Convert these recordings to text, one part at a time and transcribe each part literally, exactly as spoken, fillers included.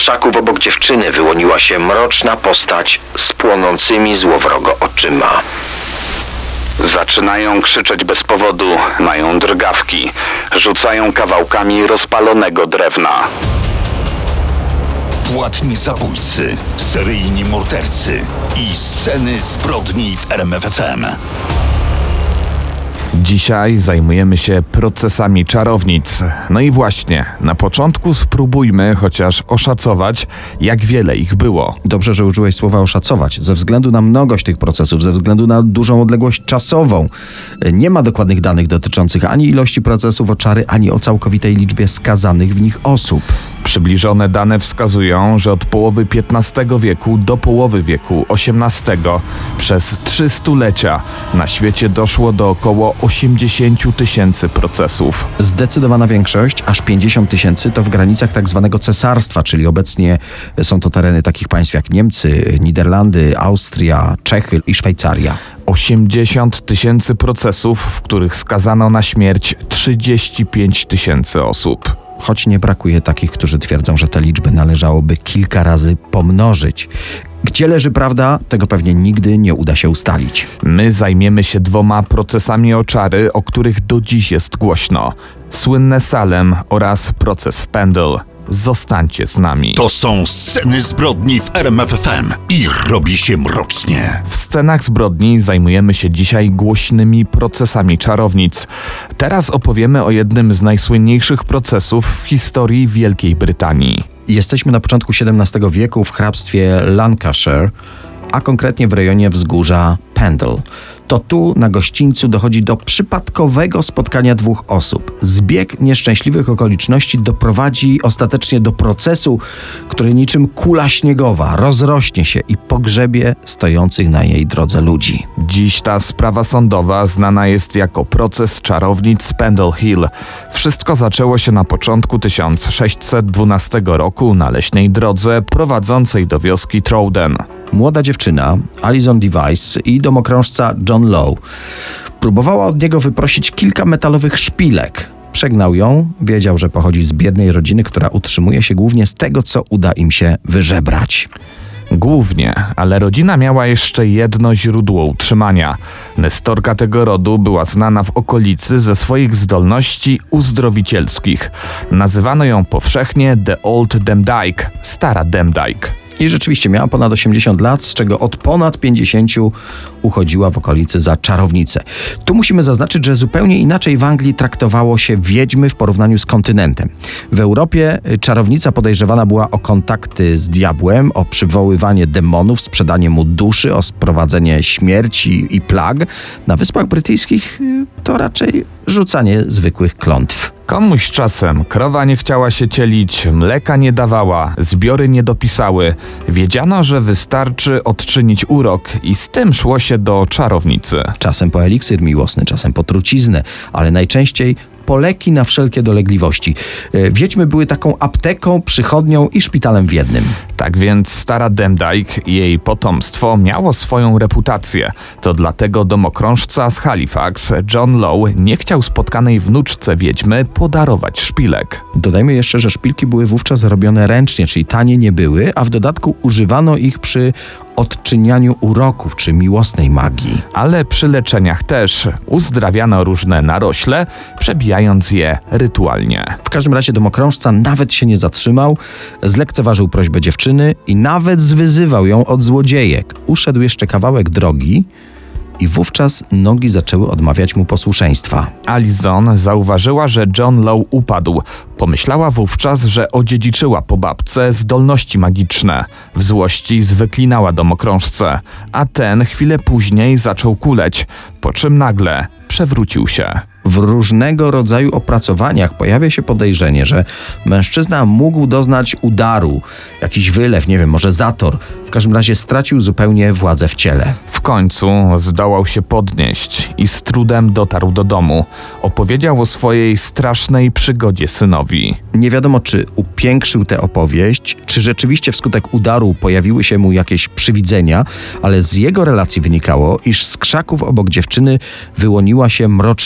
krzaków obok dziewczyny wyłoniła się mroczna postać z płonącymi złowrogo oczyma. Zaczynają krzyczeć bez powodu, mają drgawki, rzucają kawałkami rozpalonego drewna. Płatni zabójcy, seryjni mordercy i sceny zbrodni w R M F F M. Dzisiaj zajmujemy się procesami czarownic. No i właśnie, na początku spróbujmy chociaż oszacować, jak wiele ich było. Dobrze, że użyłeś słowa oszacować. Ze względu na mnogość tych procesów, ze względu na dużą odległość czasową, nie ma dokładnych danych dotyczących ani ilości procesów o czary, ani o całkowitej liczbie skazanych w nich osób. Przybliżone dane wskazują, że od połowy piętnastego wieku do połowy wieku osiemnastego przez trzy stulecia na świecie doszło do około osiemdziesiąt tysięcy procesów. Zdecydowana większość, aż pięćdziesiąt tysięcy, to w granicach tak zwanego cesarstwa, czyli obecnie są to tereny takich państw jak Niemcy, Niderlandy, Austria, Czechy i Szwajcaria. osiemdziesiąt tysięcy procesów, w których skazano na śmierć trzydzieści pięć tysięcy osób. Choć nie brakuje takich, którzy twierdzą, że te liczby należałoby kilka razy pomnożyć. Gdzie leży prawda, tego pewnie nigdy nie uda się ustalić. My zajmiemy się dwoma procesami o czary, o których do dziś jest głośno. Słynne Salem oraz proces w Pendle. Zostańcie z nami. To są sceny zbrodni w R M F F M i robi się mrocznie. W scenach zbrodni zajmujemy się dzisiaj głośnymi procesami czarownic. Teraz opowiemy o jednym z najsłynniejszych procesów w historii Wielkiej Brytanii. Jesteśmy na początku siedemnastego wieku w hrabstwie Lancashire, a konkretnie w rejonie wzgórza Pendle. To tu na gościńcu dochodzi do przypadkowego spotkania dwóch osób. Zbieg nieszczęśliwych okoliczności doprowadzi ostatecznie do procesu, który niczym kula śniegowa rozrośnie się i pogrzebie stojących na jej drodze ludzi. Dziś ta sprawa sądowa znana jest jako proces czarownic z Pendle Hill. Wszystko zaczęło się na początku tysiąc sześćset dwunastego roku na leśnej drodze prowadzącej do wioski Trowden. Młoda dziewczyna, Alison Device, i domokrążca John Lowe próbowała od niego wyprosić kilka metalowych szpilek. Przegnał ją, wiedział, że pochodzi z biednej rodziny, która utrzymuje się głównie z tego, co uda im się wyżebrać. Głównie, ale rodzina miała jeszcze jedno źródło utrzymania. Nestorka tego rodu była znana w okolicy ze swoich zdolności uzdrowicielskich. Nazywano ją powszechnie The Old Demdike, stara Demdike. I rzeczywiście miała ponad osiemdziesiąt lat, z czego od ponad pięćdziesięciu uchodziła w okolicy za czarownicę. Tu musimy zaznaczyć, że zupełnie inaczej w Anglii traktowało się wiedźmy w porównaniu z kontynentem. W Europie czarownica podejrzewana była o kontakty z diabłem, o przywoływanie demonów, sprzedanie mu duszy, o sprowadzenie śmierci i plag. Na Wyspach Brytyjskich to raczej rzucanie zwykłych klątw. Komuś czasem krowa nie chciała się cielić, mleka nie dawała, zbiory nie dopisały. Wiedziano, że wystarczy odczynić urok i z tym szło się do czarownicy. Czasem po eliksir miłosny, czasem po truciznę, ale najczęściej po leki na wszelkie dolegliwości. Wiedźmy były taką apteką, przychodnią i szpitalem w jednym. Tak więc stara Demdike i jej potomstwo miało swoją reputację. To dlatego domokrążca z Halifax, John Lowe, nie chciał spotkanej wnuczce wiedźmy podarować szpilek. Dodajmy jeszcze, że szpilki były wówczas robione ręcznie, czyli tanie nie były, a w dodatku używano ich przy odczynianiu uroków czy miłosnej magii. Ale przy leczeniach też uzdrawiano różne narośle, przebijając je rytualnie. W każdym razie domokrążca nawet się nie zatrzymał, zlekceważył prośbę dziewczyny i nawet zwyzywał ją od złodziejek. Uszedł jeszcze kawałek drogi i wówczas nogi zaczęły odmawiać mu posłuszeństwa. Alison zauważyła, że John Lowe upadł. Pomyślała wówczas, że odziedziczyła po babce zdolności magiczne. W złości zwyklinała domokrążcę, a ten chwilę później zaczął kuleć, po czym nagle przewrócił się. W różnego rodzaju opracowaniach pojawia się podejrzenie, że mężczyzna mógł doznać udaru, jakiś wylew, nie wiem, może zator. W każdym razie stracił zupełnie władzę w ciele. W końcu zdołał się podnieść i z trudem dotarł do domu. Opowiedział o swojej strasznej przygodzie synowi. Nie wiadomo, czy upiększył tę opowieść, czy rzeczywiście wskutek udaru pojawiły się mu jakieś przywidzenia, ale z jego relacji wynikało, iż z krzaków obok dziewczyny wyłoniła się mroczna postać.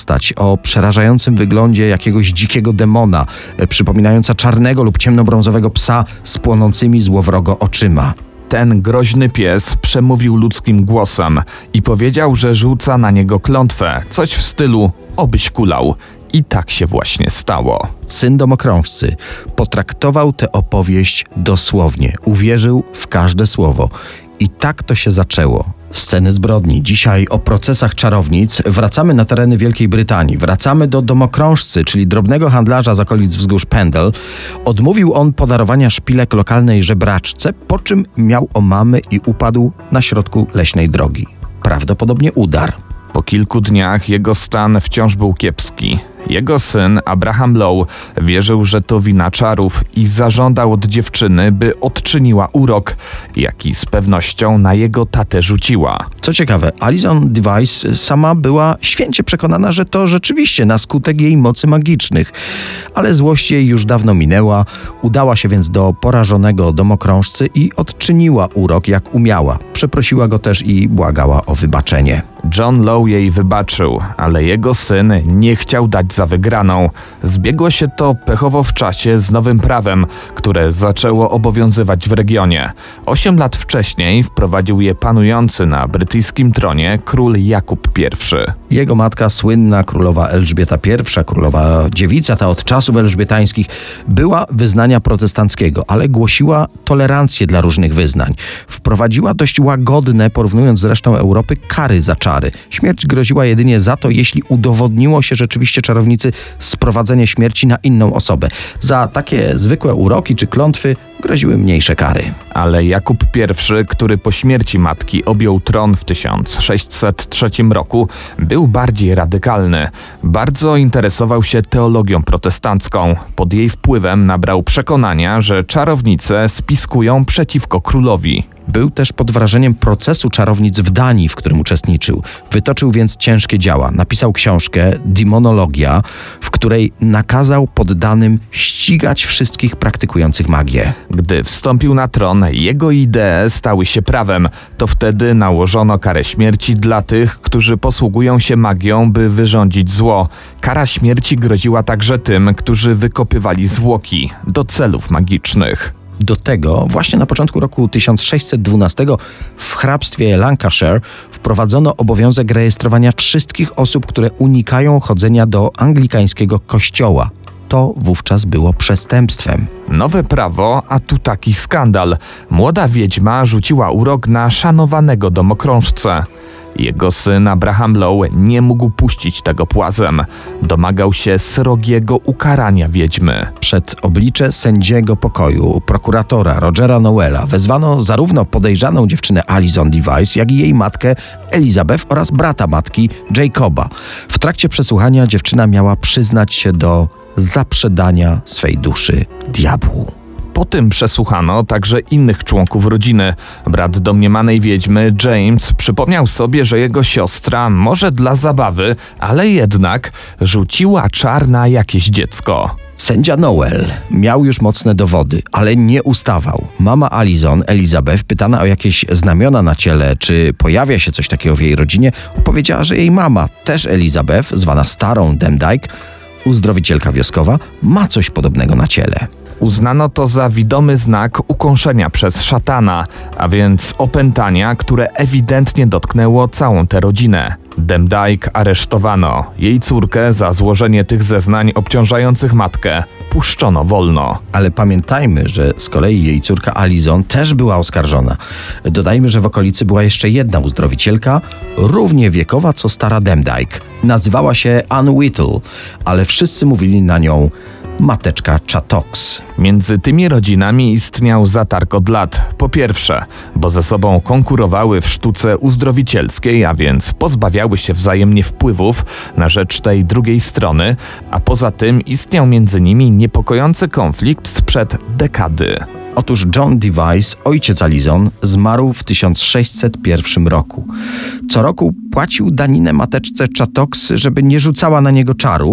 postać o przerażającym wyglądzie jakiegoś dzikiego demona, e, przypominająca czarnego lub ciemnobrązowego psa z płonącymi złowrogo oczyma. Ten groźny pies przemówił ludzkim głosem i powiedział, że rzuca na niego klątwę, coś w stylu obyś kulał. I tak się właśnie stało. Syn domokrążcy potraktował tę opowieść dosłownie, uwierzył w każde słowo. I tak to się zaczęło. Sceny zbrodni. Dzisiaj o procesach czarownic. Wracamy na tereny Wielkiej Brytanii. Wracamy do domokrążcy, czyli drobnego handlarza z okolic wzgórz Pendle. Odmówił on podarowania szpilek lokalnej żebraczce, po czym miał omamy i upadł na środku leśnej drogi. Prawdopodobnie udar. Po kilku dniach jego stan wciąż był kiepski. Jego syn, Abraham Lowe, wierzył, że to wina czarów i zażądał od dziewczyny, by odczyniła urok, jaki z pewnością na jego tatę rzuciła. Co ciekawe, Alison Device sama była święcie przekonana, że to rzeczywiście na skutek jej mocy magicznych. Ale złość jej już dawno minęła, udała się więc do porażonego domokrążcy i odczyniła urok jak umiała. Przeprosiła go też i błagała o wybaczenie. John Lowe jej wybaczył, ale jego syn nie chciał dać za wygraną. Zbiegło się to pechowo w czasie z nowym prawem, które zaczęło obowiązywać w regionie. Osiem lat wcześniej wprowadził je panujący na brytyjskim tronie król Jakub pierwszy. Jego matka, słynna królowa Elżbieta pierwsza, królowa dziewica, ta od czasów elżbietańskich, była wyznania protestanckiego, ale głosiła tolerancję dla różnych wyznań. Wprowadziła dość łagodne, porównując z resztą Europy, kary za czary. Śmierć groziła jedynie za to, jeśli udowodniło się rzeczywiście czarownicy sprowadzenie śmierci na inną osobę. Za takie zwykłe uroki czy klątwy groziły mniejsze kary. Ale Jakub pierwszy, który po śmierci matki objął tron w tysiąc sześćset trzecim roku, był bardziej radykalny. Bardzo interesował się teologią protestancką. Pod jej wpływem nabrał przekonania, że czarownice spiskują przeciwko królowi. Był też pod wrażeniem procesu czarownic w Danii, w którym uczestniczył. Wytoczył więc ciężkie dzieła. Napisał książkę Demonologia, w której nakazał poddanym ścigać wszystkich praktykujących magię. Gdy wstąpił na tron, jego idee stały się prawem. To wtedy nałożono karę śmierci dla tych, którzy posługują się magią, by wyrządzić zło. Kara śmierci groziła także tym, którzy wykopywali zwłoki do celów magicznych. Do tego właśnie na początku roku tysiąc sześćset dwunastego w hrabstwie Lancashire wprowadzono obowiązek rejestrowania wszystkich osób, które unikają chodzenia do anglikańskiego kościoła. To wówczas było przestępstwem. Nowe prawo, a tu taki skandal. Młoda wiedźma rzuciła urok na szanowanego domokrążcę. Jego syn Abraham Lowe nie mógł puścić tego płazem. Domagał się srogiego ukarania wiedźmy. Przed oblicze sędziego pokoju, prokuratora Rogera Nowella, wezwano zarówno podejrzaną dziewczynę Alison Device, jak i jej matkę Elizabeth oraz brata matki Jacoba. W trakcie przesłuchania dziewczyna miała przyznać się do zaprzedania swej duszy diabłu. Po tym przesłuchano także innych członków rodziny. Brat domniemanej wiedźmy, James, przypomniał sobie, że jego siostra, może dla zabawy, ale jednak rzuciła czar na jakieś dziecko. Sędzia Nowell miał już mocne dowody, ale nie ustawał. Mama Alison, Elizabeth, pytana o jakieś znamiona na ciele, czy pojawia się coś takiego w jej rodzinie, opowiedziała, że jej mama, też Elizabeth, zwana starą Demdike, uzdrowicielka wioskowa, ma coś podobnego na ciele. Uznano to za widomy znak ukąszenia przez szatana, a więc opętania, które ewidentnie dotknęło całą tę rodzinę. Demdike aresztowano. Jej córkę za złożenie tych zeznań obciążających matkę puszczono wolno. Ale pamiętajmy, że z kolei jej córka Alison też była oskarżona. Dodajmy, że w okolicy była jeszcze jedna uzdrowicielka, równie wiekowa co stara Demdike. Nazywała się Anne Whittle, ale wszyscy mówili na nią mateczka Chattox. Między tymi rodzinami istniał zatarg od lat. Po pierwsze, bo ze sobą konkurowały w sztuce uzdrowicielskiej, a więc pozbawiały się wzajemnie wpływów na rzecz tej drugiej strony, a poza tym istniał między nimi niepokojący konflikt sprzed dekady. Otóż John Device, ojciec Alison, zmarł w tysiąc sześćset pierwszym roku. Co roku płacił daninę mateczce Chattox, żeby nie rzucała na niego czarów,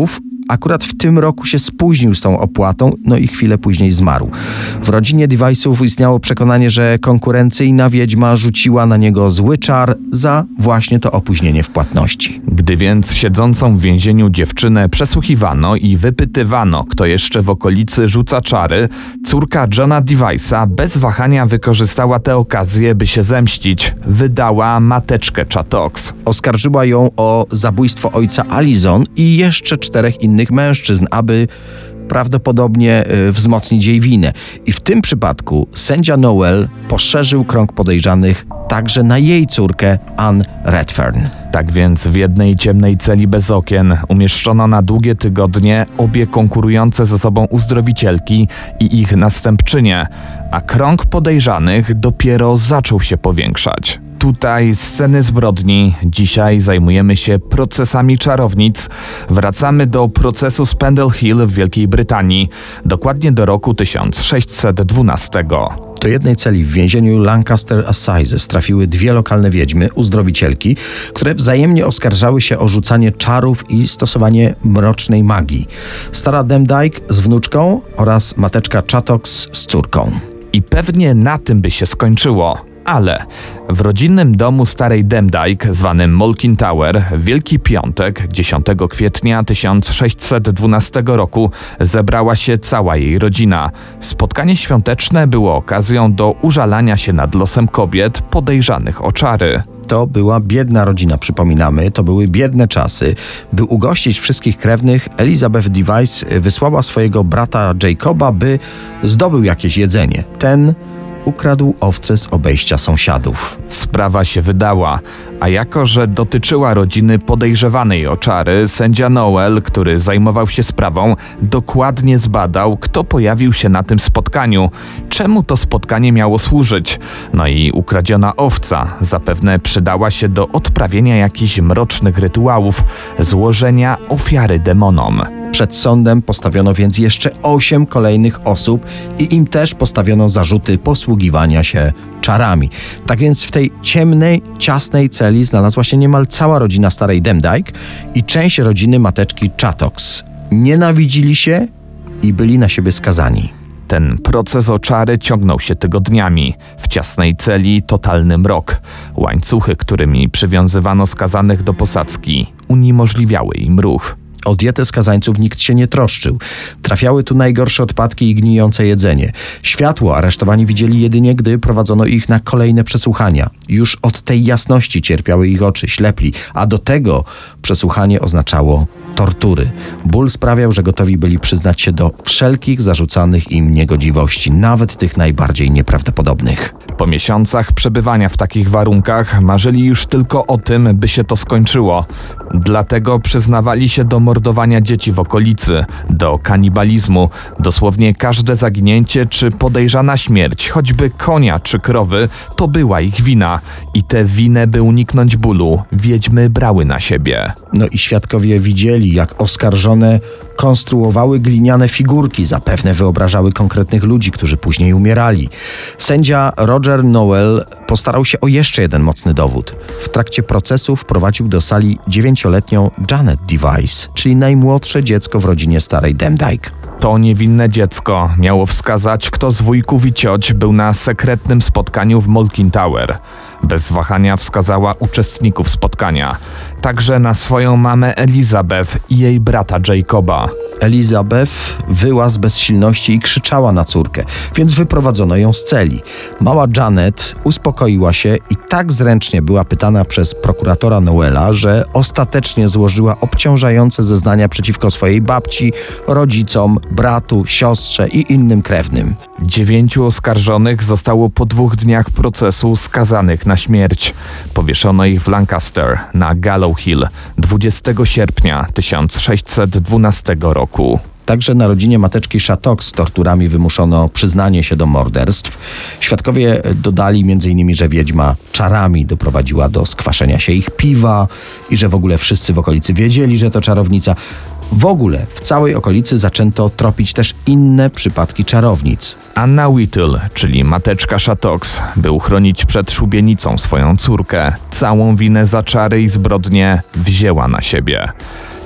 akurat w tym roku się spóźnił z tą opłatą, no i chwilę później zmarł. W rodzinie Device'ów istniało przekonanie, że konkurencyjna wiedźma rzuciła na niego zły czar za właśnie to opóźnienie w płatności. Gdy więc siedzącą w więzieniu dziewczynę przesłuchiwano i wypytywano, kto jeszcze w okolicy rzuca czary, córka Johna Device'a bez wahania wykorzystała tę okazję, by się zemścić. Wydała mateczkę Chattox. Oskarżyła ją o zabójstwo ojca Allison i jeszcze czterech innych mężczyzn, aby prawdopodobnie y, wzmocnić jej winę. I w tym przypadku sędzia Noel poszerzył krąg podejrzanych także na jej córkę Ann Redfern. Tak więc w jednej ciemnej celi bez okien umieszczono na długie tygodnie obie konkurujące ze sobą uzdrowicielki i ich następczynie, a krąg podejrzanych dopiero zaczął się powiększać. Tutaj sceny zbrodni. Dzisiaj zajmujemy się procesami czarownic. Wracamy do procesu Spandell Hill w Wielkiej Brytanii, dokładnie do roku tysiąc sześćset dwunastego. Do jednej celi w więzieniu Lancaster Assizes trafiły dwie lokalne wiedźmy, uzdrowicielki, które wzajemnie oskarżały się o rzucanie czarów i stosowanie mrocznej magii. Stara Demdike z wnuczką oraz mateczka Chattox z córką. I pewnie na tym by się skończyło. Ale w rodzinnym domu starej Demdike, zwanym Malkin Tower, w Wielki Piątek, dziesiątego kwietnia tysiąc sześćset dwunastego roku, zebrała się cała jej rodzina. Spotkanie świąteczne było okazją do użalania się nad losem kobiet podejrzanych o czary. To była biedna rodzina, przypominamy, to były biedne czasy. By ugościć wszystkich krewnych, Elizabeth Device wysłała swojego brata Jacoba, by zdobył jakieś jedzenie. Ten ukradł owce z obejścia sąsiadów. Sprawa się wydała, a jako że dotyczyła rodziny podejrzewanej o czary, sędzia Noel, który zajmował się sprawą, dokładnie zbadał, kto pojawił się na tym spotkaniu, czemu to spotkanie miało służyć. No i ukradziona owca zapewne przydała się do odprawienia jakichś mrocznych rytuałów, złożenia ofiary demonom. Przed sądem postawiono więc jeszcze osiem kolejnych osób i im też postawiono zarzuty posługiwania się czarami. Tak więc w tej ciemnej, ciasnej celi znalazła się niemal cała rodzina starej Demdike i część rodziny mateczki Chattox. Nienawidzili się i byli na siebie skazani. Ten proces o czary ciągnął się tygodniami. W ciasnej celi totalny mrok. Łańcuchy, którymi przywiązywano skazanych do posadzki, uniemożliwiały im ruch. O dietę skazańców nikt się nie troszczył. Trafiały tu najgorsze odpadki i gnijące jedzenie. Światło aresztowani widzieli jedynie, gdy prowadzono ich na kolejne przesłuchania. Już od tej jasności cierpiały ich oczy, ślepli, a do tego przesłuchanie oznaczało tortury. Ból sprawiał, że gotowi byli przyznać się do wszelkich zarzucanych im niegodziwości, nawet tych najbardziej nieprawdopodobnych. Po miesiącach przebywania w takich warunkach marzyli już tylko o tym, by się to skończyło. Dlatego przyznawali się do mordowania dzieci w okolicy, do kanibalizmu. Dosłownie każde zaginięcie czy podejrzana śmierć, choćby konia czy krowy, to była ich wina. I tę winę, by uniknąć bólu, wiedźmy brały na siebie. No i świadkowie widzieli, jak oskarżone konstruowały gliniane figurki, zapewne wyobrażały konkretnych ludzi, którzy później umierali. Sędzia Roger Noel postarał się o jeszcze jeden mocny dowód. W trakcie procesu wprowadził do sali dziewięcioletnią Janet Device, czyli najmłodsze dziecko w rodzinie starej Demdike. To niewinne dziecko miało wskazać, kto z wujków i cioć był na sekretnym spotkaniu w Malkin Tower. Bez wahania wskazała uczestników spotkania, także na swoją mamę Elizabeth i jej brata Jacoba. Elizabeth wyła z bezsilności i krzyczała na córkę, więc wyprowadzono ją z celi. Mała Janet uspokoiła się i tak zręcznie była pytana przez prokuratora Noela, że ostatecznie złożyła obciążające zeznania przeciwko swojej babci, rodzicom, bratu, siostrze i innym krewnym. Dziewięciu oskarżonych zostało po dwóch dniach procesu skazanych na śmierć. Powieszono ich w Lancaster na Gallows Hill dwudziestego sierpnia tysiąc sześćset dwunastego roku. Także na rodzinie mateczki Chattox z torturami wymuszono przyznanie się do morderstw. Świadkowie dodali między innymi, że wiedźma czarami doprowadziła do skwaszenia się ich piwa i że w ogóle wszyscy w okolicy wiedzieli, że to czarownica. W ogóle w całej okolicy zaczęto tropić też inne przypadki czarownic. Anna Whittle, czyli mateczka Chattox, by uchronić przed szubienicą swoją córkę, całą winę za czary i zbrodnie wzięła na siebie.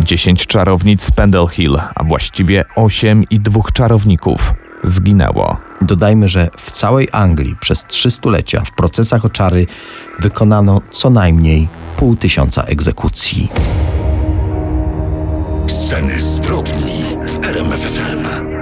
Dziesięć czarownic z Pendle Hill, a właściwie osiem i dwóch czarowników zginęło. Dodajmy, że w całej Anglii przez trzy stulecia w procesach o czary wykonano co najmniej pół tysiąca egzekucji. Sceny zbrodni w R M F F M.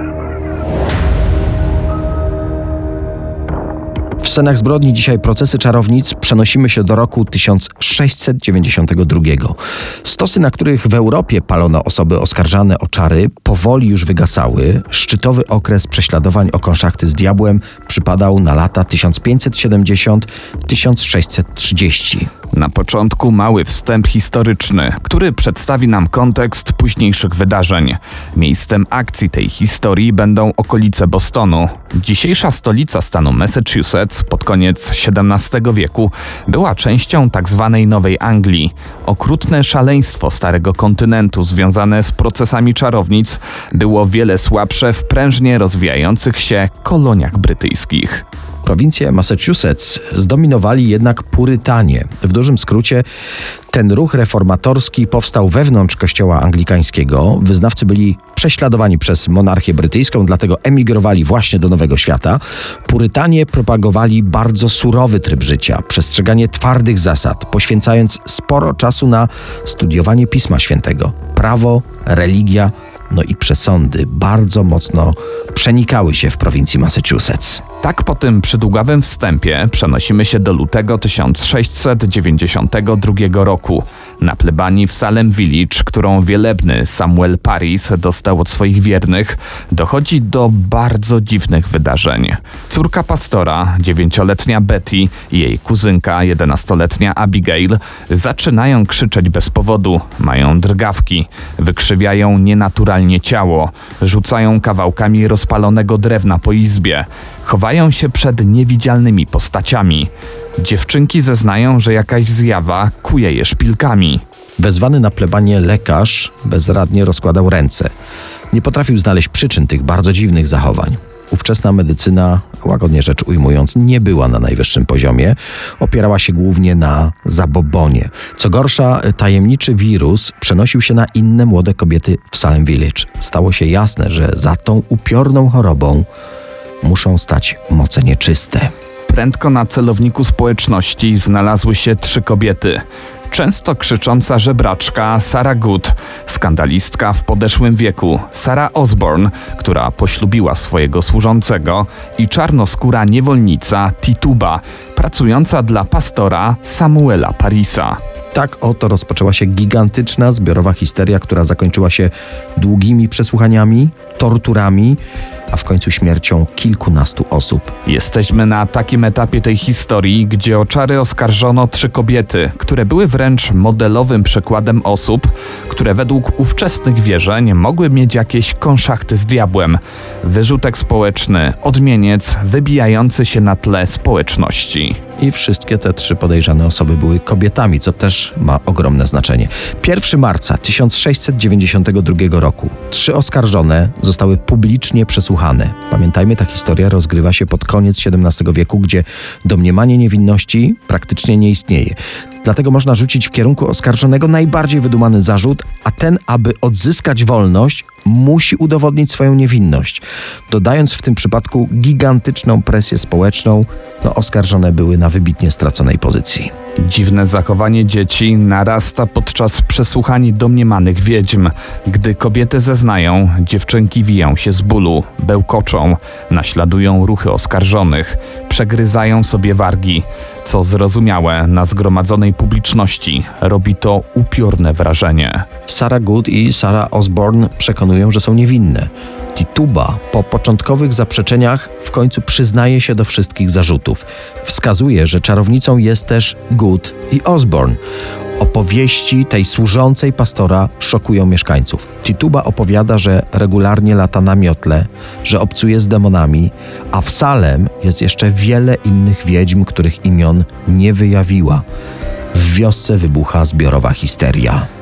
W scenach zbrodni dzisiaj procesy czarownic przenosimy się do roku tysiąc sześćset dziewięćdziesiątego drugiego. Stosy, na których w Europie palono osoby oskarżane o czary, powoli już wygasały. Szczytowy okres prześladowań o konszachty z diabłem przypadał na lata tysiąc pięćset siedemdziesiąt do tysiąc sześćset trzydzieści. Na początku mały wstęp historyczny, który przedstawi nam kontekst późniejszych wydarzeń. Miejscem akcji tej historii będą okolice Bostonu. Dzisiejsza stolica stanu Massachusetts pod koniec siedemnastego wieku była częścią tzw. Nowej Anglii. Okrutne szaleństwo starego kontynentu związane z procesami czarownic było wiele słabsze w prężnie rozwijających się koloniach brytyjskich. Prowincję Massachusetts zdominowali jednak Purytanie. W dużym skrócie ten ruch reformatorski powstał wewnątrz kościoła anglikańskiego. Wyznawcy byli prześladowani przez monarchię brytyjską, dlatego emigrowali właśnie do Nowego Świata. Purytanie propagowali bardzo surowy tryb życia, przestrzeganie twardych zasad, poświęcając sporo czasu na studiowanie Pisma Świętego. Prawo, religia, no i przesądy bardzo mocno przenikały się w prowincji Massachusetts. Tak po tym przydługawym wstępie przenosimy się do lutego tysiąc sześćset dziewięćdziesiątego drugiego roku. Na plebanii w Salem Village, którą wielebny Samuel Parris dostał od swoich wiernych, dochodzi do bardzo dziwnych wydarzeń. Córka pastora, dziewięcioletnia Betty i jej kuzynka, jedenastoletnia Abigail, zaczynają krzyczeć bez powodu, mają drgawki, wykrzywiają nienaturalnie ciało, rzucają kawałkami rozpalonego drewna po izbie, chowają się przed niewidzialnymi postaciami. Dziewczynki zeznają, że jakaś zjawa kuje je szpilkami. Wezwany na plebanie lekarz bezradnie rozkładał ręce. Nie potrafił znaleźć przyczyn tych bardzo dziwnych zachowań. Ówczesna medycyna, łagodnie rzecz ujmując, nie była na najwyższym poziomie. Opierała się głównie na zabobonie. Co gorsza, tajemniczy wirus przenosił się na inne młode kobiety w Salem Village. Stało się jasne, że za tą upiorną chorobą muszą stać moce nieczyste. Prędko na celowniku społeczności znalazły się trzy kobiety. Często krzycząca żebraczka Sarah Good, skandalistka w podeszłym wieku Sarah Osborne, która poślubiła swojego służącego, i czarnoskóra niewolnica Tituba, pracująca dla pastora Samuela Parrisa. Tak oto rozpoczęła się gigantyczna zbiorowa histeria, która zakończyła się długimi przesłuchaniami, torturami, a w końcu śmiercią kilkunastu osób. Jesteśmy na takim etapie tej historii, gdzie o czary oskarżono trzy kobiety, które były wręcz modelowym przykładem osób, które według ówczesnych wierzeń mogły mieć jakieś konszachty z diabłem. Wyrzutek społeczny, odmieniec wybijający się na tle społeczności. I wszystkie te trzy podejrzane osoby były kobietami, co też ma ogromne znaczenie. pierwszego marca tysiąc sześćset dziewięćdziesiątego drugiego roku trzy oskarżone zostały publicznie przesłuchane. Pamiętajmy, ta historia rozgrywa się pod koniec siedemnastego wieku, gdzie domniemanie niewinności praktycznie nie istnieje. Dlatego można rzucić w kierunku oskarżonego najbardziej wydumany zarzut, a ten, aby odzyskać wolność, musi udowodnić swoją niewinność. Dodając w tym przypadku gigantyczną presję społeczną, no oskarżone były na wybitnie straconej pozycji. Dziwne zachowanie dzieci narasta podczas przesłuchań domniemanych wiedźm. Gdy kobiety zeznają, dziewczynki wiją się z bólu, bełkoczą, naśladują ruchy oskarżonych, przegryzają sobie wargi. Co zrozumiałe, na zgromadzonej publiczności robi to upiorne wrażenie. Sarah Good i Sarah Osborne przekonują, że są niewinne. Tituba po początkowych zaprzeczeniach w końcu przyznaje się do wszystkich zarzutów. Wskazuje, że czarownicą jest też Good i Osborne. Opowieści tej służącej pastora szokują mieszkańców. Tituba opowiada, że regularnie lata na miotle, że obcuje z demonami, a w Salem jest jeszcze wiele innych wiedźm, których imion nie wyjawiła. W wiosce wybucha zbiorowa histeria.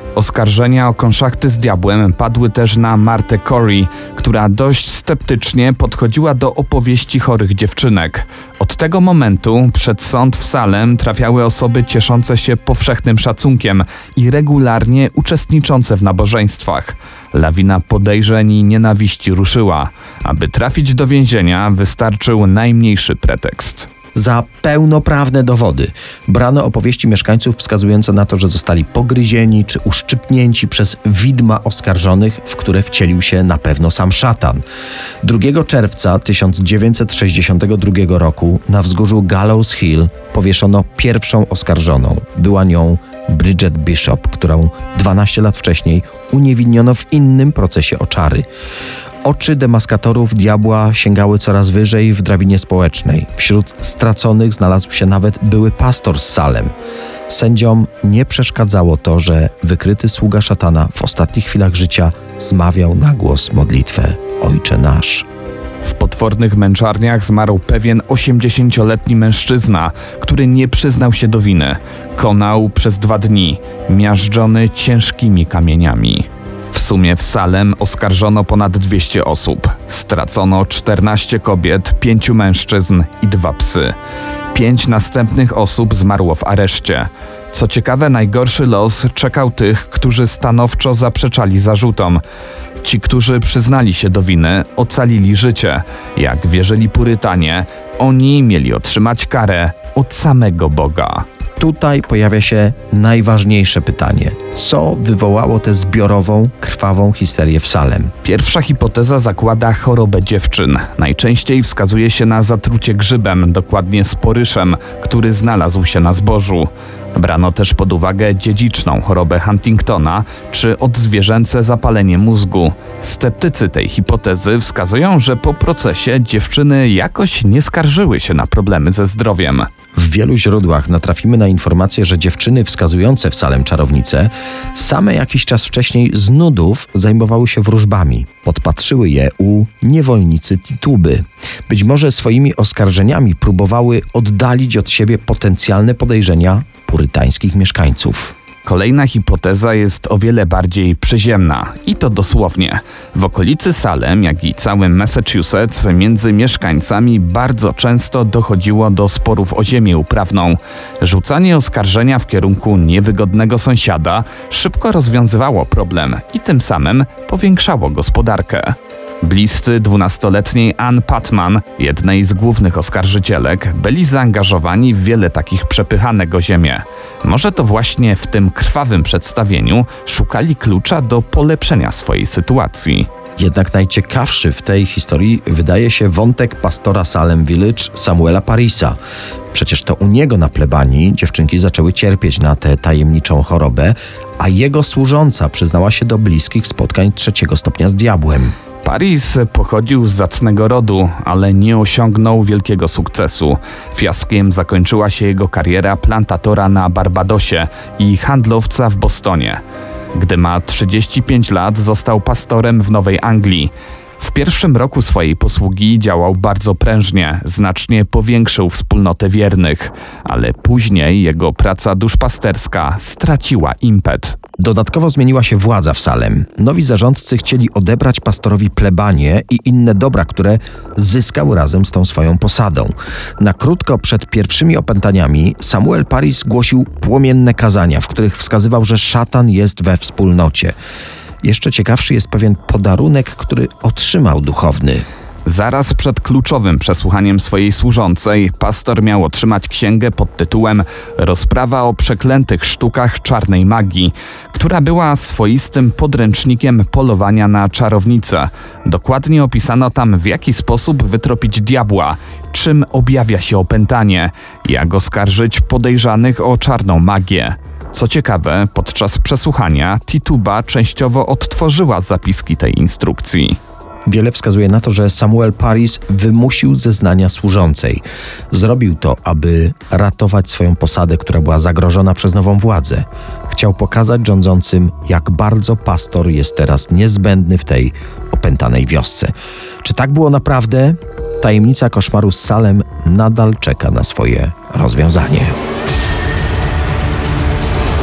Oskarżenia o konszachty z diabłem padły też na Martę Corey, która dość sceptycznie podchodziła do opowieści chorych dziewczynek. Od tego momentu przed sąd w Salem trafiały osoby cieszące się powszechnym szacunkiem i regularnie uczestniczące w nabożeństwach. Lawina podejrzeń i nienawiści ruszyła. Aby trafić do więzienia, wystarczył najmniejszy pretekst. Za pełnoprawne dowody brano opowieści mieszkańców wskazujące na to, że zostali pogryzieni czy uszczypnięci przez widma oskarżonych, w które wcielił się na pewno sam szatan. drugiego czerwca tysiąc dziewięćset sześćdziesiątego drugiego roku na wzgórzu Gallows Hill powieszono pierwszą oskarżoną. Była nią Bridget Bishop, którą dwanaście lat wcześniej uniewinniono w innym procesie o czary. Oczy demaskatorów diabła sięgały coraz wyżej w drabinie społecznej. Wśród straconych znalazł się nawet były pastor z Salem. Sędziom nie przeszkadzało to, że wykryty sługa szatana w ostatnich chwilach życia zmawiał na głos modlitwę Ojcze nasz. W potwornych męczarniach zmarł pewien osiemdziesięcioletni mężczyzna, który nie przyznał się do winy. Konał przez dwa dni, miażdżony ciężkimi kamieniami. W sumie w Salem oskarżono ponad dwieście osób. Stracono czternaście kobiet, pięciu mężczyzn i dwa psy. Pięć następnych osób zmarło w areszcie. Co ciekawe, najgorszy los czekał tych, którzy stanowczo zaprzeczali zarzutom. Ci, którzy przyznali się do winy, ocalili życie. Jak wierzyli Purytanie, oni mieli otrzymać karę od samego Boga. Tutaj pojawia się najważniejsze pytanie. Co wywołało tę zbiorową, krwawą histerię w Salem? Pierwsza hipoteza zakłada chorobę dziewczyn. Najczęściej wskazuje się na zatrucie grzybem, dokładnie sporyszem, który znalazł się na zbożu. Brano też pod uwagę dziedziczną chorobę Huntingtona czy odzwierzęce zapalenie mózgu. Sceptycy tej hipotezy wskazują, że po procesie dziewczyny jakoś nie skarżyły się na problemy ze zdrowiem. W wielu źródłach natrafimy na informację, że dziewczyny wskazujące w Salem czarownice same jakiś czas wcześniej z nudów zajmowały się wróżbami. Podpatrzyły je u niewolnicy Tituby. Być może swoimi oskarżeniami próbowały oddalić od siebie potencjalne podejrzenia purytańskich mieszkańców. Kolejna hipoteza jest o wiele bardziej przyziemna i to dosłownie. W okolicy Salem, jak i całym Massachusetts, między mieszkańcami bardzo często dochodziło do sporów o ziemię uprawną. Rzucanie oskarżenia w kierunku niewygodnego sąsiada szybko rozwiązywało problem i tym samym powiększało gospodarkę. Bliscy dwunastoletniej Ann Patman, jednej z głównych oskarżycielek, byli zaangażowani w wiele takich przepychanek o ziemię. Może to właśnie w tym krwawym przedstawieniu szukali klucza do polepszenia swojej sytuacji. Jednak najciekawszy w tej historii wydaje się wątek pastora Salem Village Samuela Parisa. Przecież to u niego na plebanii dziewczynki zaczęły cierpieć na tę tajemniczą chorobę, a jego służąca przyznała się do bliskich spotkań trzeciego stopnia z diabłem. Paris pochodził z zacnego rodu, ale nie osiągnął wielkiego sukcesu. Fiaskiem zakończyła się jego kariera plantatora na Barbadosie i handlowca w Bostonie. Gdy ma trzydzieści pięć lat, został pastorem w Nowej Anglii. W pierwszym roku swojej posługi działał bardzo prężnie, znacznie powiększył wspólnotę wiernych, ale później jego praca duszpasterska straciła impet. Dodatkowo zmieniła się władza w Salem. Nowi zarządcy chcieli odebrać pastorowi plebanie i inne dobra, które zyskał razem z tą swoją posadą. Na krótko przed pierwszymi opętaniami Samuel Paris głosił płomienne kazania, w których wskazywał, że szatan jest we wspólnocie. Jeszcze ciekawszy jest pewien podarunek, który otrzymał duchowny. Zaraz przed kluczowym przesłuchaniem swojej służącej pastor miał otrzymać księgę pod tytułem Rozprawa o przeklętych sztukach czarnej magii, która była swoistym podręcznikiem polowania na czarownice. Dokładnie opisano tam, w jaki sposób wytropić diabła, czym objawia się opętanie, jak oskarżyć podejrzanych o czarną magię. Co ciekawe, podczas przesłuchania Tituba częściowo odtworzyła zapiski tej instrukcji. Wiele wskazuje na to, że Samuel Paris wymusił zeznania służącej. Zrobił to, aby ratować swoją posadę, która była zagrożona przez nową władzę. Chciał pokazać rządzącym, jak bardzo pastor jest teraz niezbędny w tej opętanej wiosce. Czy tak było naprawdę? Tajemnica koszmaru z Salem nadal czeka na swoje rozwiązanie.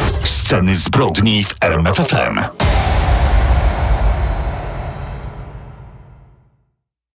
Sceny zbrodni w R M F F M.